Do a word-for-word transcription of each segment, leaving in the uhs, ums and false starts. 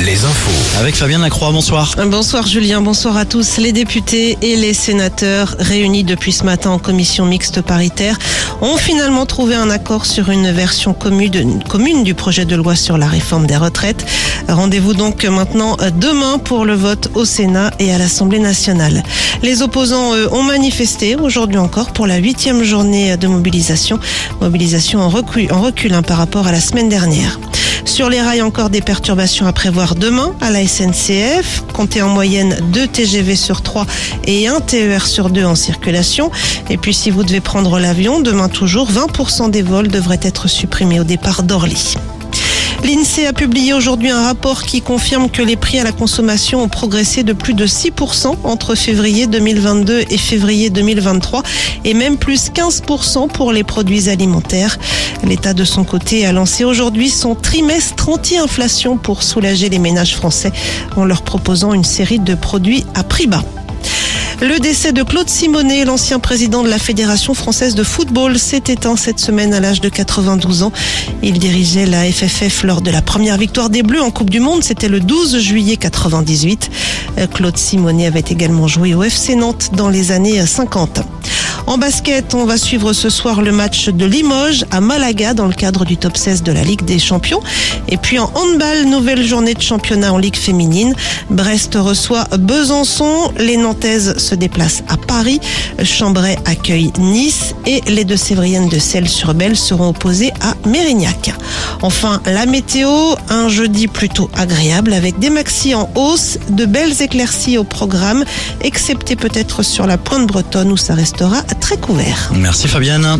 les infos. Avec Fabienne Lacroix, bonsoir. Bonsoir Julien, bonsoir à tous. Les députés et les sénateurs réunis depuis ce matin en commission mixte paritaire ont finalement trouvé un accord sur une version commune, commune du projet de loi sur la réforme des retraites. Rendez-vous donc maintenant demain pour le vote au Sénat et à l'Assemblée nationale. Les opposants, eux, ont manifesté aujourd'hui encore pour la huitième journée de mobilisation. Mobilisation en recul, en recul hein, par rapport à la semaine dernière. Sur les rails, encore des perturbations à prévoir demain à la S N C F. Comptez en moyenne deux T G V sur trois et un T E R sur deux en circulation. Et puis si vous devez prendre l'avion, demain toujours, vingt pour cent des vols devraient être supprimés au départ d'Orly. L'INSEE a publié aujourd'hui un rapport qui confirme que les prix à la consommation ont progressé de plus de six pour cent entre février deux mille vingt-deux et février deux mille vingt-trois et même plus quinze pour cent pour les produits alimentaires. L'État de son côté a lancé aujourd'hui son trimestre anti-inflation pour soulager les ménages français en leur proposant une série de produits à prix bas. Le décès de Claude Simonet, l'ancien président de la Fédération française de football, s'est éteint cette semaine à l'âge de quatre-vingt-douze ans. Il dirigeait la F F F lors de la première victoire des Bleus en Coupe du Monde. C'était le douze juillet quatre-vingt-dix-huit. Claude Simonet avait également joué au F C Nantes dans les années cinquante. En basket, on va suivre ce soir le match de Limoges à Malaga dans le cadre du top seize de la Ligue des Champions. Et puis en handball, nouvelle journée de championnat en Ligue féminine. Brest reçoit Besançon, les Nantaises se déplacent à Paris, Chambray accueille Nice et les deux Sévriennes de Celles-sur-Belle seront opposées à Mérignac. Enfin, la météo, un jeudi plutôt agréable avec des maxis en hausse, de belles éclaircies au programme, excepté peut-être sur la pointe bretonne où ça restera très couvert. Merci Fabienne.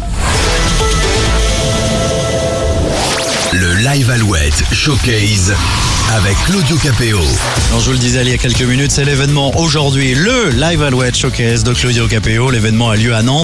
Le Live Alouette Showcase avec Claudio Capéo. Alors, je vous le disais il y a quelques minutes, c'est l'événement aujourd'hui, le Live Alouette Showcase de Claudio Capéo. L'événement a lieu à Nantes.